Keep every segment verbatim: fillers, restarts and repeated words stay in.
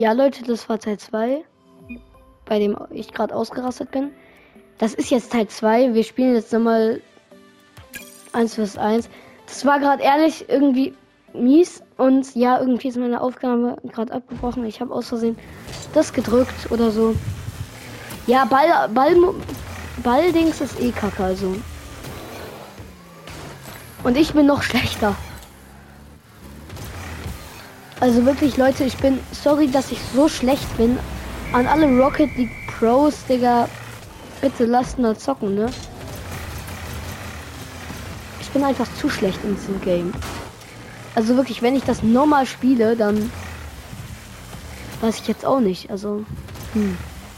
Ja, Leute, das war Teil zwei, bei dem ich gerade ausgerastet bin. Das ist jetzt Teil zwei. Wir spielen jetzt nochmal eins versus eins. Das war gerade ehrlich irgendwie mies. Und ja, irgendwie ist meine Aufgabe gerade abgebrochen. Ich habe aus Versehen das gedrückt oder so. Ja, Ball, Ball, Balldings ist eh kacke, also. Und ich bin noch schlechter. Also wirklich, Leute, ich bin sorry, dass ich so schlecht bin. An alle Rocket League Pros, Digga. Bitte lasst mal zocken, ne? Ich bin einfach zu schlecht in diesem Game. Also wirklich, wenn ich das normal spiele, dann weiß ich jetzt auch nicht. Also, hm.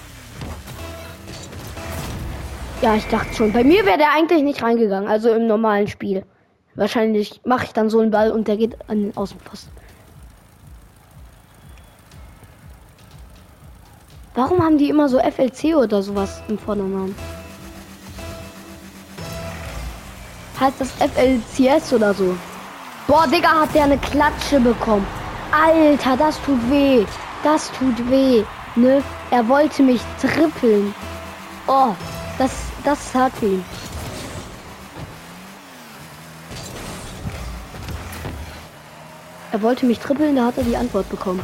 Ja, ich dachte schon. Bei mir wäre der eigentlich nicht reingegangen. Also im normalen Spiel. Wahrscheinlich mache ich dann so einen Ball und der geht an den Außenposten. Warum haben die immer so F L C oder sowas im Vornamen? Heißt das F L C S oder so? Boah, Digga, hat der eine Klatsche bekommen. Alter, das tut weh. Das tut weh. Ne? Er wollte mich trippeln. Oh, das, das hat ihn. Er wollte mich trippeln, da hat er die Antwort bekommen.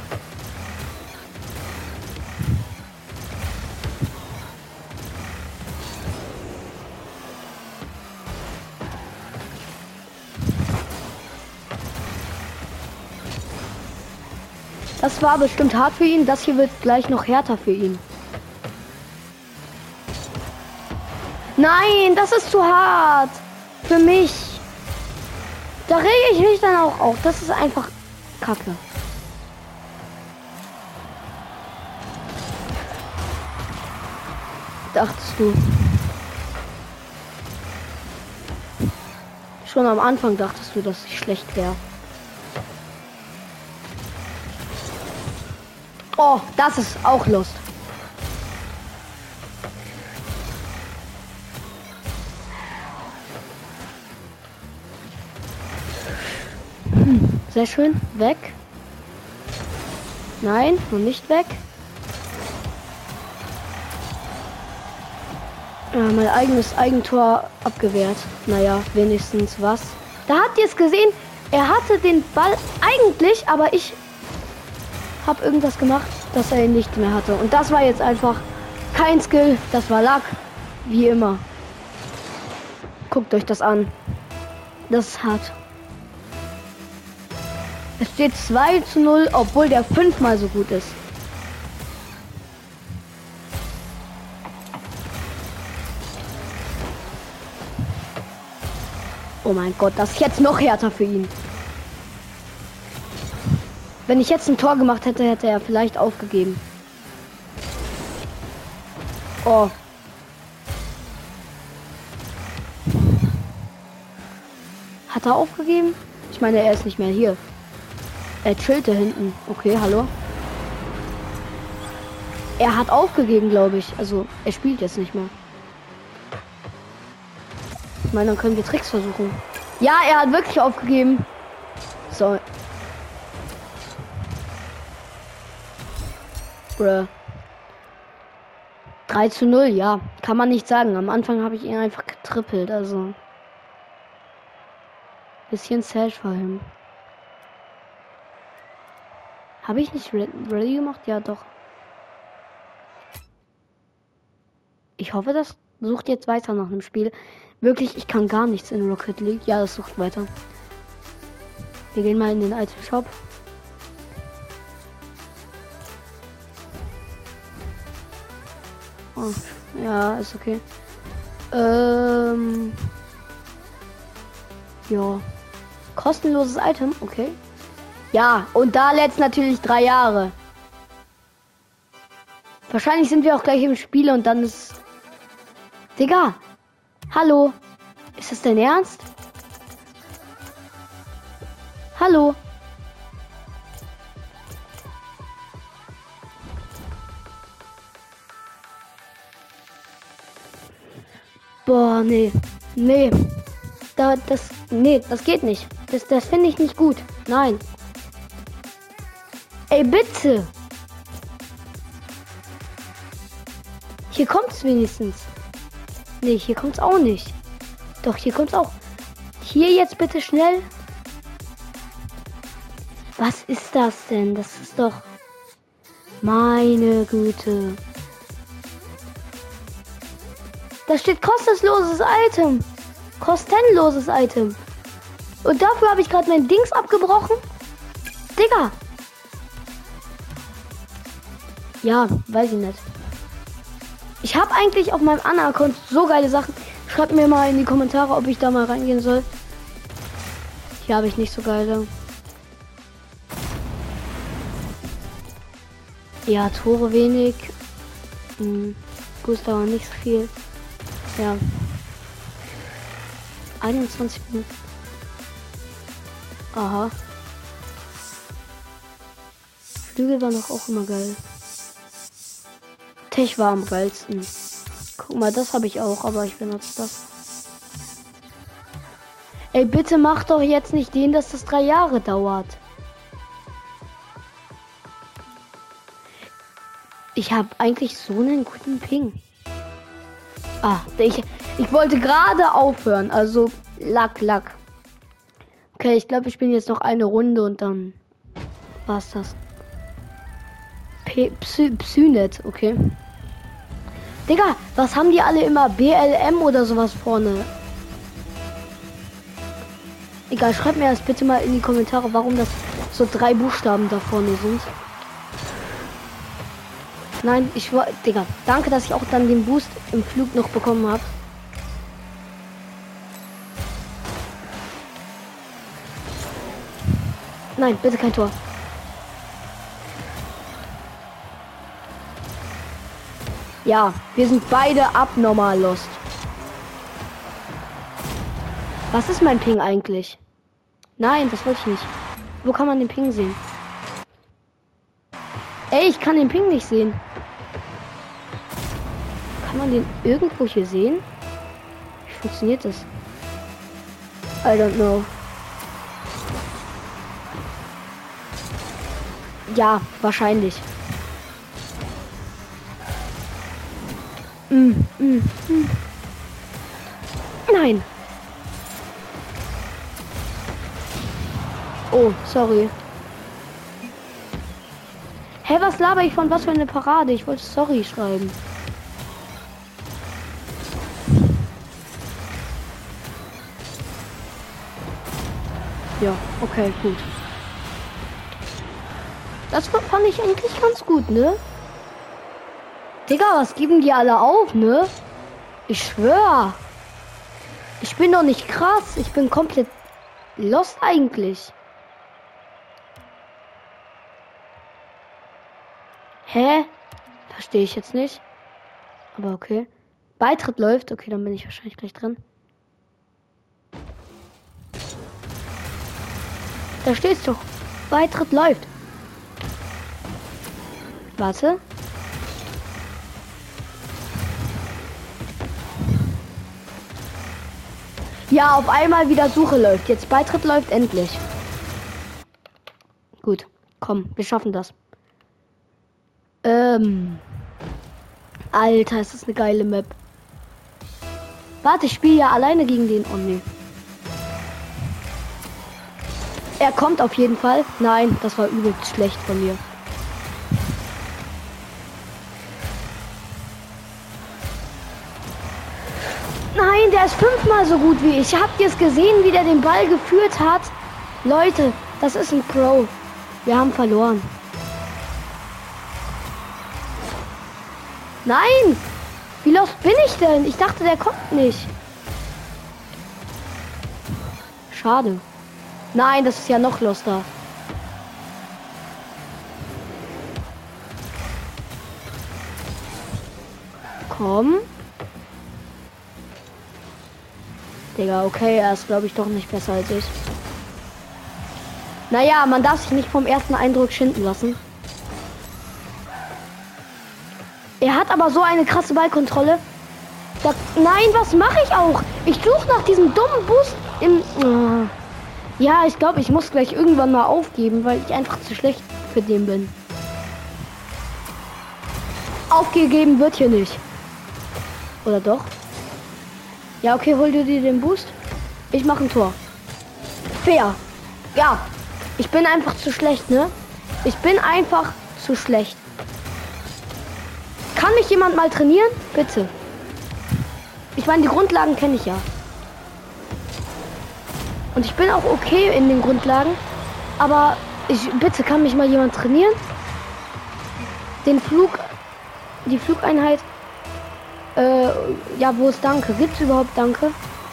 Das war bestimmt hart für ihn. Das hier wird gleich noch härter für ihn. Nein, das ist zu hart. Für mich. Da rege ich mich dann auch auf. Das ist einfach Kacke. Dachtest du? Schon am Anfang dachtest du, dass ich schlecht wäre. Oh, das ist auch Lust. Hm, sehr schön. Weg. Nein, noch nicht weg. Ja, mein eigenes Eigentor abgewehrt. Naja, wenigstens was. Da habt ihr es gesehen. Er hatte den Ball eigentlich, aber ich habe irgendwas gemacht, dass er ihn nicht mehr hatte. Und das war jetzt einfach kein Skill. Das war Luck. Wie immer. Guckt euch das an. Das ist hart. Es steht zwei zu null, obwohl der fünfmal so gut ist. Oh mein Gott, das ist jetzt noch härter für ihn. Wenn ich jetzt ein Tor gemacht hätte, hätte er vielleicht aufgegeben. Oh. Hat er aufgegeben? Ich meine, er ist nicht mehr hier. Er chillte hinten. Okay, hallo. Er hat aufgegeben, glaube ich. Also, er spielt jetzt nicht mehr. Ich meine, dann können wir Tricks versuchen. Ja, er hat wirklich aufgegeben. So. Bruh. drei zu null, ja. Kann man nicht sagen. Am Anfang habe ich ihn einfach getrippelt. Also. Bisschen sad für ihn. Habe ich nicht ready gemacht? Ja, doch. Ich hoffe, das sucht jetzt weiter nach einem Spiel. Wirklich, ich kann gar nichts in Rocket League. Ja, das sucht weiter. Wir gehen mal in den Item Shop. Oh, ja, ist okay. Ähm. Ja. Kostenloses Item, okay. Ja, und da letzt natürlich drei Jahre. Wahrscheinlich sind wir auch gleich im Spiel und dann ist... Digga! Hallo! Ist das dein Ernst? Hallo! Boah, nee. Nee. Da, das... Nee, das geht nicht. Das, das finde ich nicht gut. Nein. Ey, bitte! Hier kommt's wenigstens. Nee, hier kommt's auch nicht. Doch, hier kommt's auch. Hier jetzt bitte schnell. Was ist das denn? Das ist doch... Meine Güte. Da steht kostenloses Item. Kostenloses Item. Und dafür habe ich gerade mein Dings abgebrochen. Digga. Ja, weiß ich nicht. Ich habe eigentlich auf meinem Anna-Account so geile Sachen. Schreibt mir mal in die Kommentare, ob ich da mal reingehen soll. Hier habe ich nicht so geile. Ja, Tore wenig. Hm, Gustav nicht so viel. Ja. einundzwanzig Minuten. Aha. Flügel war doch auch immer geil. Tech war am geilsten. Guck mal, das habe ich auch, aber ich benutze das. Ey, bitte mach doch jetzt nicht den, dass das drei Jahre dauert. Ich habe eigentlich so einen guten Ping. Ah, ich, ich wollte gerade aufhören, also lack, lack. Okay, ich glaube, ich bin jetzt noch eine Runde und dann war's das. P Psy Psynet, okay. Digga, was haben die alle immer? B L M oder sowas vorne? Egal, schreibt mir das bitte mal in die Kommentare, warum das so drei Buchstaben da vorne sind. Nein, ich war, Digga, danke, dass ich auch dann den Boost im Flug noch bekommen habe. Nein, bitte kein Tor. Ja, wir sind beide abnormal lost. Was ist mein Ping eigentlich? Nein, das wollte ich nicht. Wo kann man den Ping sehen? Ey, ich kann den Ping nicht sehen. Kann man den irgendwo hier sehen? Wie funktioniert das? I don't know. Ja, wahrscheinlich. Mm, mm, mm. Nein. Oh, sorry. Hä, hey, was laber ich von was für eine Parade? Ich wollte sorry schreiben. Ja, okay, gut. Das fand ich eigentlich ganz gut, ne? Digga, was geben die alle auf, ne? Ich schwör. Ich bin doch nicht krass. Ich bin komplett lost eigentlich. Hä? Verstehe ich jetzt nicht. Aber okay. Beitritt läuft. Okay, dann bin ich wahrscheinlich gleich drin. Da steht's doch. Beitritt läuft. Warte. Ja, auf einmal wieder Suche läuft. Jetzt Beitritt läuft endlich. Gut. Komm, wir schaffen das. Ähm. Alter, ist das eine geile Map. Warte, ich spiele ja alleine gegen den. Oh nee. Er kommt auf jeden Fall. Nein, das war übelst schlecht von mir. Nein, der ist fünfmal so gut wie ich. Habt ihr es gesehen, wie der den Ball geführt hat? Leute, das ist ein Pro. Wir haben verloren. Nein! Wie lost bin ich denn? Ich dachte, der kommt nicht. Schade. Nein, das ist ja noch loster. Komm. Digga, okay, er ist, glaube ich, doch nicht besser als ich. Naja, man darf sich nicht vom ersten Eindruck schinden lassen. Er hat aber so eine krasse Ballkontrolle. Da, nein, was mache ich auch? Ich suche nach diesem dummen Boost im... Oh. Ja, ich glaube, ich muss gleich irgendwann mal aufgeben, weil ich einfach zu schlecht für den bin. Aufgegeben wird hier nicht. Oder doch? Ja, okay, hol dir den Boost. Ich mache ein Tor. Fair. Ja. Ich bin einfach zu schlecht, ne? Ich bin einfach zu schlecht. Kann mich jemand mal trainieren? Bitte. Ich meine, die Grundlagen kenne ich ja. Und ich bin auch okay in den Grundlagen. Aber ich bitte, kann mich mal jemand trainieren? Den Flug, die Flugeinheit. Äh, ja, wo ist Danke? Gibt es überhaupt Danke?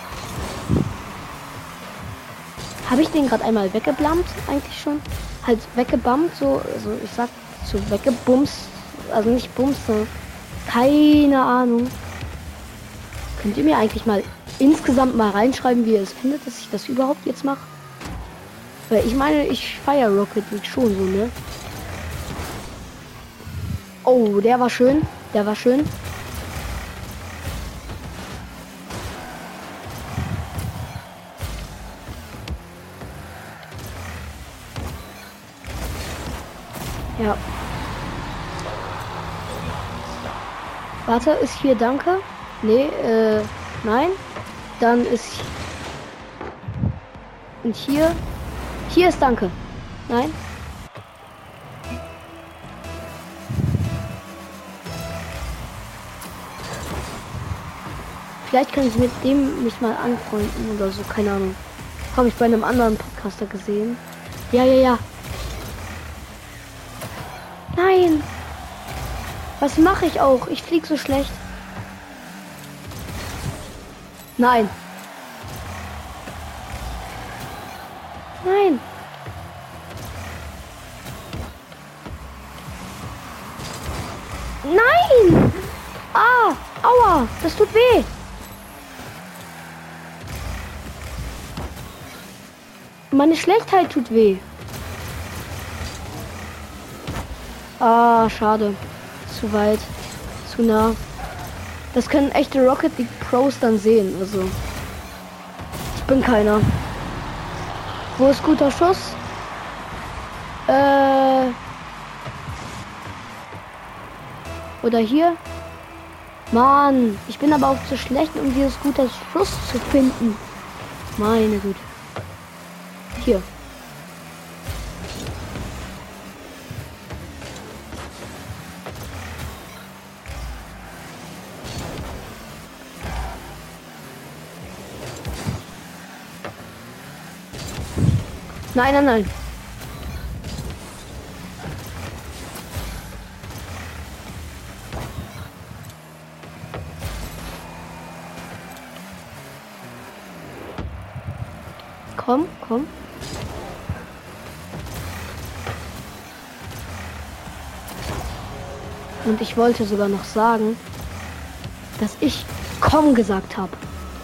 Habe ich den gerade einmal weggeblammt? Eigentlich schon? Halt weggebammt, so, also ich sag so weggebumst. Also nicht bumst, sondern keine Ahnung. Könnt ihr mir eigentlich mal insgesamt mal reinschreiben, wie ihr es findet, dass ich das überhaupt jetzt mache? Weil ich meine, ich feiere Rocket League schon so, ne? Oh, der war schön. Der war schön. Ja. Warte, ist hier Danke? Nee, äh, nein. Dann ist... Und hier... Hier ist Danke. Nein. Vielleicht können Sie mit dem mich mal anfreunden oder so, keine Ahnung. Habe ich bei einem anderen Podcaster gesehen. Ja, ja, ja. Nein. Was mache ich auch? Ich fliege so schlecht. Nein. Nein. Nein. Ah, aua, das tut weh. Meine Schlechtheit tut weh. Ah, schade. Zu weit. Zu nah. Das können echte Rocket League Pros dann sehen. Also. Ich bin keiner. Wo ist guter Schuss? Äh. Oder hier? Mann, ich bin aber auch zu schlecht, um dieses gute Schuss zu finden. Meine Güte. Hier. Nein, nein, nein. Komm, komm. Und ich wollte sogar noch sagen, dass ich komm gesagt habe.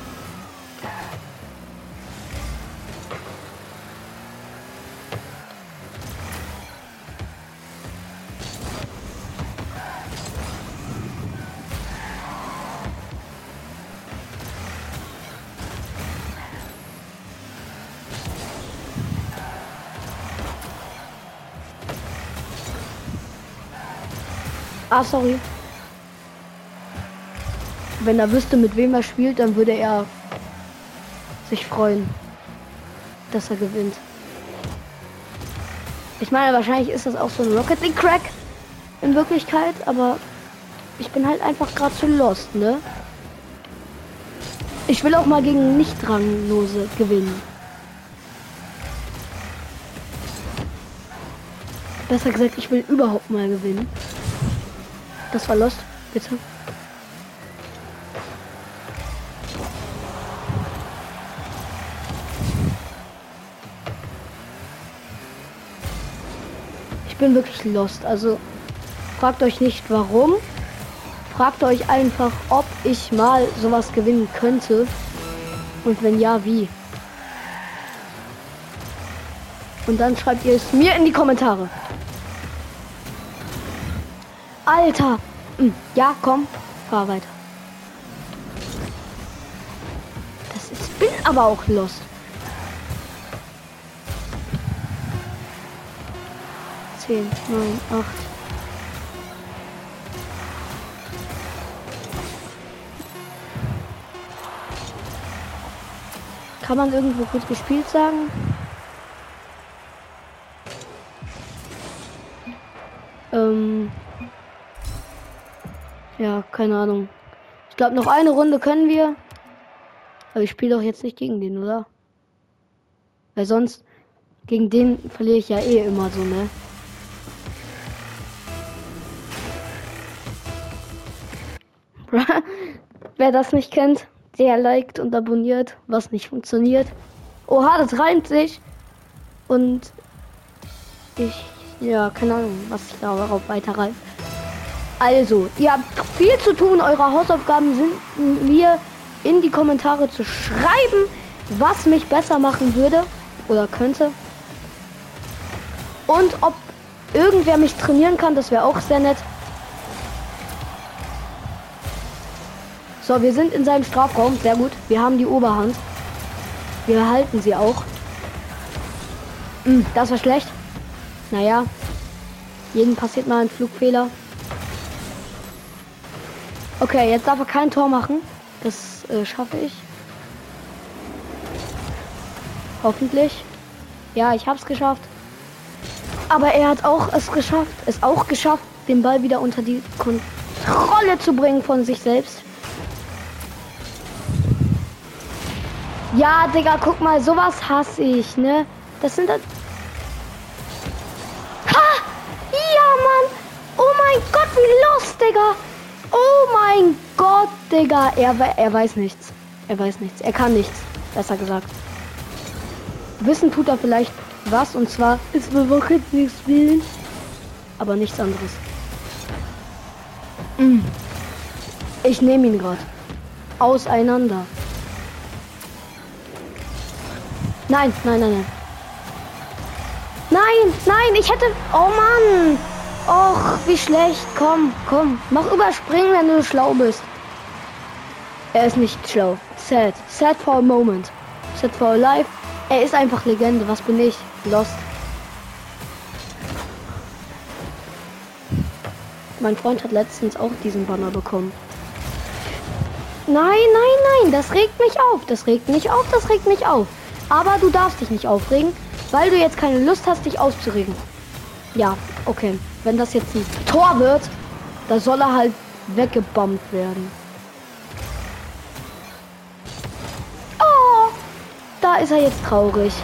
Ah, sorry. Wenn er wüsste, mit wem er spielt, dann würde er sich freuen, dass er gewinnt. Ich meine, wahrscheinlich ist das auch so ein Rocket League Crack in Wirklichkeit, aber ich bin halt einfach gerade zu lost, ne? Ich will auch mal gegen Nicht-Ranglose gewinnen. Besser gesagt, ich will überhaupt mal gewinnen. Das war Lost, bitte. Ich bin wirklich lost. Also fragt euch nicht warum. Fragt euch einfach, ob ich mal sowas gewinnen könnte. Und wenn ja, wie. Und dann schreibt ihr es mir in die Kommentare. Alter! Ja, komm, fahr weiter. Das ist, bin aber auch lost. zehn, neun, acht. Kann man irgendwo gut gespielt sagen? Ähm ja, keine Ahnung. Ich glaube, noch eine Runde können wir. Aber ich spiele doch jetzt nicht gegen den, oder? Weil sonst gegen den verliere ich ja eh immer so, ne? Wer das nicht kennt, der liked und abonniert, was nicht funktioniert. Oha, das reimt sich. Und ich, ja, keine Ahnung, was ich darauf weiter reimt. Also, ihr habt viel zu tun. Eure Hausaufgaben sind mir in die Kommentare zu schreiben, was mich besser machen würde oder könnte. Und ob irgendwer mich trainieren kann, das wäre auch sehr nett. So, wir sind in seinem Strafraum. Sehr gut. Wir haben die Oberhand. Wir behalten sie auch. Hm, das war schlecht. Naja. Jedem passiert mal ein Flugfehler. Okay, jetzt darf er kein Tor machen. Das äh, schaffe ich. Hoffentlich. Ja, ich habe es geschafft. Aber er hat auch es geschafft. Es auch geschafft, den Ball wieder unter die Kontrolle zu bringen von sich selbst. Ja, Digga, guck mal, sowas hasse ich, ne? Das sind dann... Ha! Ja, Mann! Oh mein Gott, wie los, Digga! Oh mein Gott, Digga! Er, er weiß nichts. Er weiß nichts. Er kann nichts. Besser gesagt. Wissen tut er vielleicht was, und zwar ist mir wirklich nichts spielen. Aber nichts anderes. Mm. Ich nehme ihn gerade. Auseinander. Nein, nein, nein, nein. Nein, nein, ich hätte... Oh Mann. Och, wie schlecht. Komm, komm. Mach überspringen, wenn du schlau bist. Er ist nicht schlau. Sad. Sad for a moment. Sad for a life. Er ist einfach Legende. Was bin ich? Lost. Mein Freund hat letztens auch diesen Banner bekommen. Nein, nein, nein. Das regt mich auf. Das regt mich auf. Das regt mich auf. Aber du darfst dich nicht aufregen, weil du jetzt keine Lust hast, dich aufzuregen. Ja, okay. Wenn das jetzt ein Tor wird, da soll er halt weggebombt werden. Oh, da ist er jetzt traurig.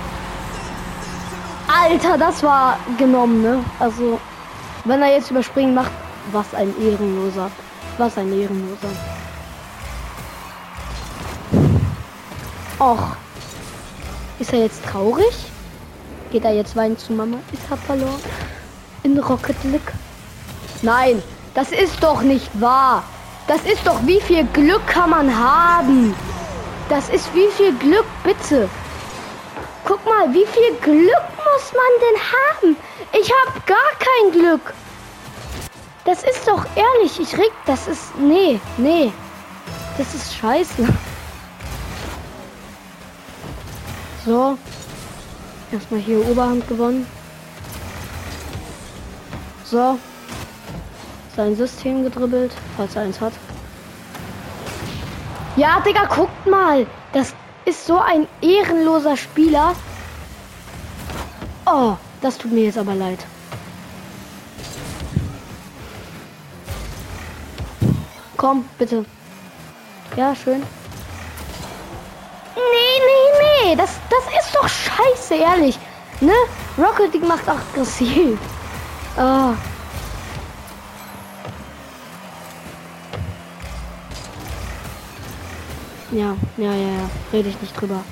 Alter, das war genommen, ne? Also, wenn er jetzt überspringen macht, was ein Ehrenloser. Was ein Ehrenloser. Och. Ist er jetzt traurig? Geht er jetzt weinen zu Mama? Ich hab verloren. In Rocket League. Nein, das ist doch nicht wahr. Das ist doch, wie viel Glück kann man haben? Das ist wie viel Glück, bitte. Guck mal, wie viel Glück muss man denn haben? Ich habe gar kein Glück. Das ist doch ehrlich, ich reg, das ist, nee, nee. Das ist scheiße. So, erstmal hier Oberhand gewonnen. So, sein System gedribbelt, falls er eins hat. Ja, Digga, guckt mal, das ist so ein ehrenloser Spieler. Oh, das tut mir jetzt aber leid. Komm, bitte. Ja, schön. Nee, nee, nee, das, das ist doch scheiße, ehrlich. Ne? Rocket League macht aggressiv. Oh. Ja, ja, ja, ja. Rede ich nicht drüber.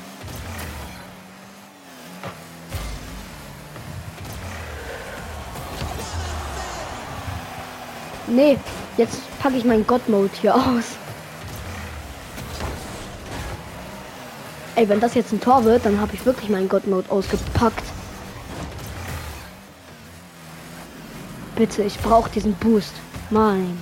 Nee, jetzt packe ich meinen God-Mode hier aus. Ey, wenn das jetzt ein Tor wird, dann habe ich wirklich meinen God-Mode ausgepackt. Bitte, ich brauche diesen Boost. Mein.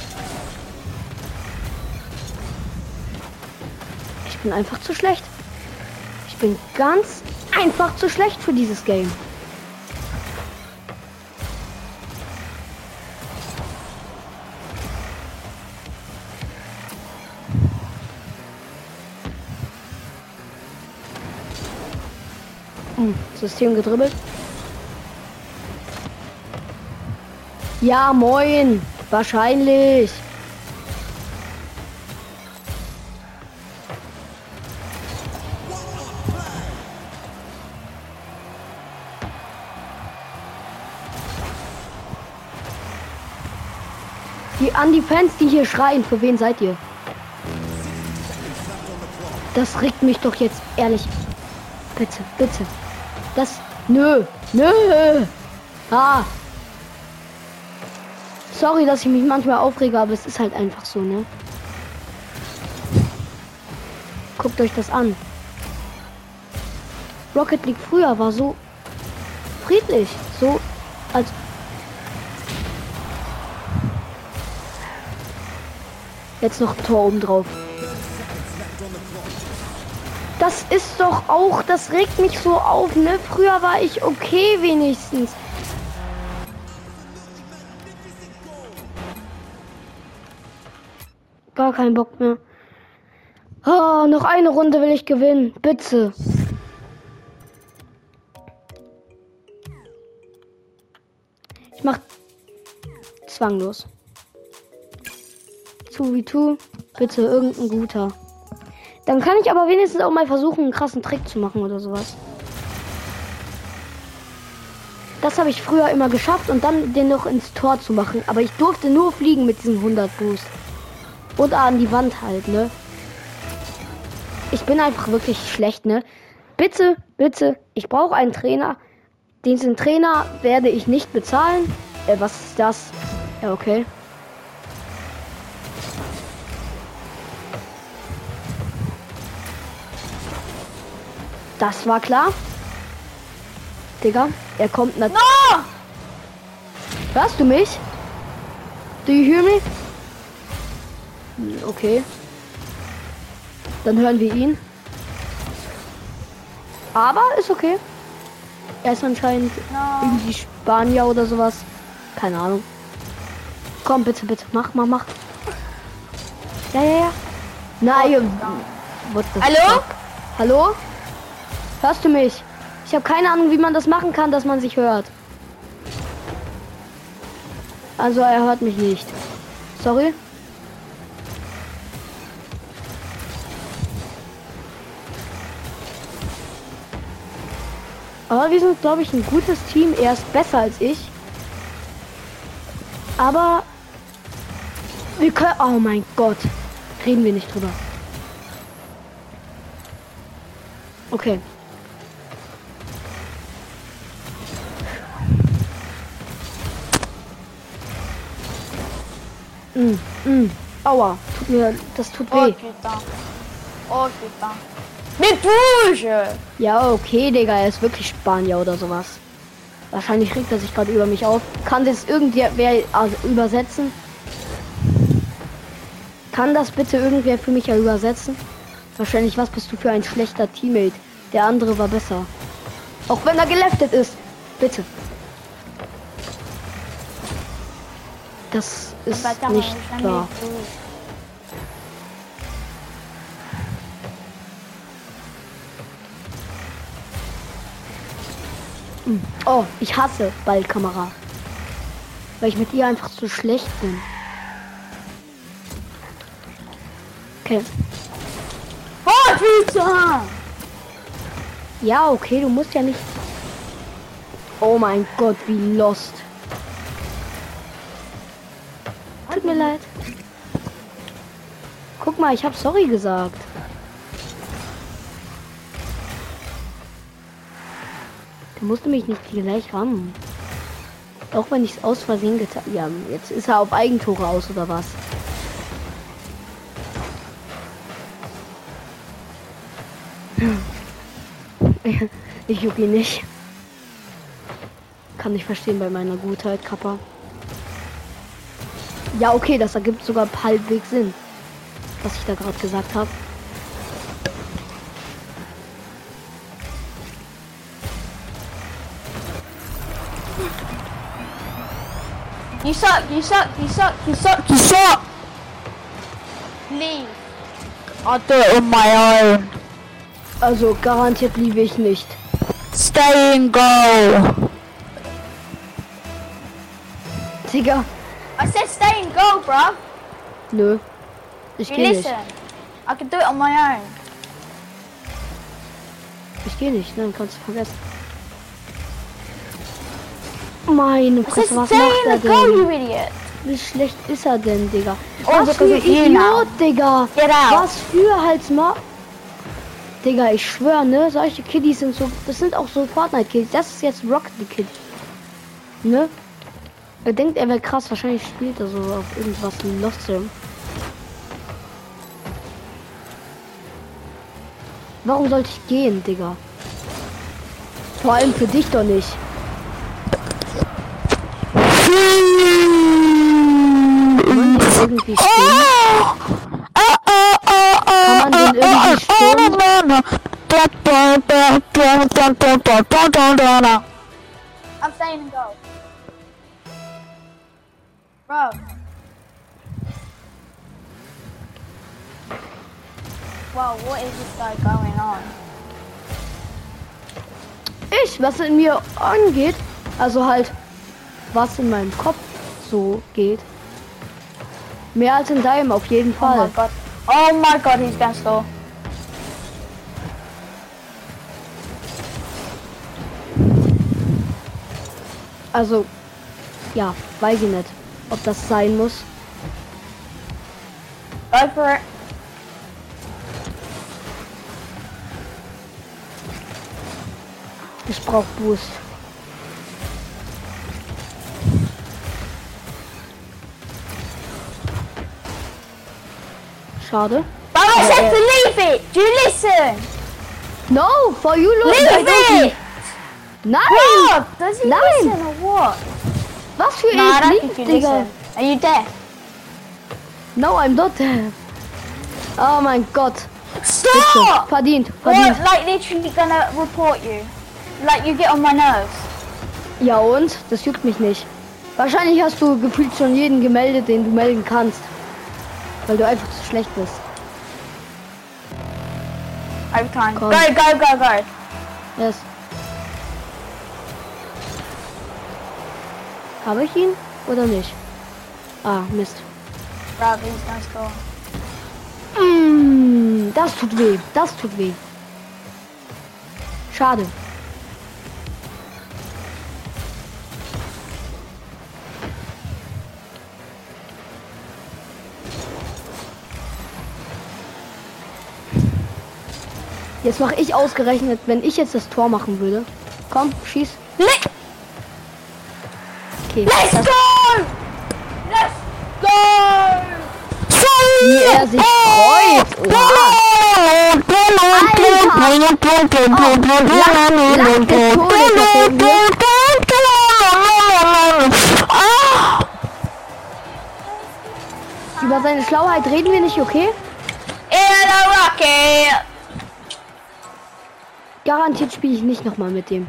Ich bin einfach zu schlecht. Ich bin ganz einfach zu schlecht für dieses Game. Hm, System gedribbelt. Ja, moin. Wahrscheinlich. Die an die Fans, die hier schreien, für wen seid ihr? Das regt mich doch jetzt ehrlich. Bitte, bitte. Das. Nö. Nö. Ah. Sorry, dass ich mich manchmal aufrege, aber es ist halt einfach so, ne? Guckt euch das an. Rocket League früher war so friedlich. So als. Jetzt noch ein Tor oben drauf. Das ist doch auch, das regt mich so auf, ne? Früher war ich okay wenigstens. Gar keinen Bock mehr. Oh, noch eine Runde will ich gewinnen. Bitte. Ich mach zwanglos. zwei wie zwei. Bitte irgendein guter. Dann kann ich aber wenigstens auch mal versuchen, einen krassen Trick zu machen oder sowas. Das habe ich früher immer geschafft und dann den noch ins Tor zu machen. Aber ich durfte nur fliegen mit diesem hundert Boost. Und an die Wand halt, ne? Ich bin einfach wirklich schlecht, ne? Bitte, bitte, ich brauche einen Trainer. Diesen Trainer werde ich nicht bezahlen. Äh, was ist das? Ja, okay. Das war klar. Digga, er kommt natürlich. No! Hörst du mich? Do you hear me? Okay. Dann hören wir ihn. Aber ist okay. Er ist anscheinend no. irgendwie Spanier oder sowas. Keine Ahnung. Komm, bitte, bitte. Mach, mach, mach. Ja, ja, ja. Nein. Oh, hallo? Fuck? Hallo? Hörst du mich? Ich habe keine Ahnung, wie man das machen kann, dass man sich hört. Also er hört mich nicht. Sorry. Aber wir sind, glaube ich, ein gutes Team. Er ist besser als ich. Aber wir können... Oh mein Gott. Reden wir nicht drüber. Okay. Mm, mm. Aua. Tut mir... Das tut weh. Oh, putain. Oh, putain. Mit Touche! Ja, okay, Digga, er ist wirklich Spanier oder sowas. Wahrscheinlich regt er sich gerade über mich auf. Kann das irgendwer also übersetzen? Kann das bitte irgendwer für mich ja übersetzen? Wahrscheinlich, was bist du für ein schlechter Teammate? Der andere war besser. Auch wenn er geleftet ist. Bitte. Das ist nicht wahr. Oh, ich hasse Ballkamera. Weil ich mit ihr einfach zu schlecht bin. Okay. Oh, Pizza! Ja, okay, du musst ja nicht... Oh mein Gott, wie lost. Tut mir leid. Guck mal, ich habe sorry gesagt. Du musst mich nicht gleich ran. Auch wenn ich es aus Versehen getan habe. Ja, jetzt ist er auf Eigentore aus oder was? Ich juck ihn nicht. Kann ich verstehen bei meiner Gutheit, Kappa. Ja, okay, das ergibt sogar halbwegs Sinn, was ich da gerade gesagt habe. You suck, you suck, you suck, you suck, you suck! Leave. I'll do it on my own. Also garantiert liebe ich nicht. Stay and go. Digga. I said stay and go, bro. Nö. Ich You geh nicht. listen. I can do it on my own. Ich geh nicht. Nein, kannst du vergessen. Meine I Fresse, said was stay macht er and go, denn? you idiot. Wie schlecht ist er denn, Digga? Oh, Was because für of you now. Idiot, Digga. Get out. Was für Halsma. Digga, ich schwör, ne? Solche Kiddies sind so. Das sind auch so Fortnite-Kiddies. Das ist jetzt Rocket the Kid. Ne? Er denkt, er wäre krass. Wahrscheinlich spielt er so auf irgendwas in Lost Sim. Warum sollte ich gehen, Digga? Vor allem für dich doch nicht. Mann, die irgendwie stehen. Kann man den irgendwie stürmen? I'm staying and go. Bro. Wow, what is this guy going on? Ich, was in mir angeht, also halt, was in meinem Kopf so geht. Mehr als in deinem, auf jeden Oh my Fall. god. Oh my god, he's gonna score. Also, ja, weiß ich nicht, ob das sein muss. Go for it. Ich brauch Boost. Schade. But I said to leave it. Do you listen? No, for you, look. I Leave don't it. Nein! What? Does he Nein. listen or what? Was für No, I don't ich think you nicht, Digga. listen. Are you deaf? No, I'm not deaf. Oh mein Gott. Bitte. Stop! Verdient, Or verdient. like literally gonna report you. Like you get on my nerves. Ja und? Das juckt mich nicht. Wahrscheinlich hast du gefühlt schon jeden gemeldet, den du melden kannst. Weil du einfach zu schlecht bist. Overtime. Komm. Go, go, go, go. Yes. Habe ich ihn oder nicht? Ah, Mist. Bro, he's gonna score. Mm, das tut weh. Das tut weh. Schade. Jetzt mache ich ausgerechnet, wenn ich jetzt das Tor machen würde. Komm, schieß. Let, Okay. let's das, go! Let's go! wie er sich freut. Oha. Über seine Schlauheit reden wir nicht, okay? In a rocket! Garantiert spiele ich nicht nochmal mit dem.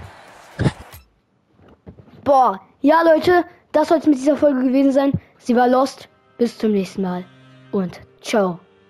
Boah. Ja, Leute, das soll es mit dieser Folge gewesen sein. Sie war Lost. Bis zum nächsten Mal. Und ciao.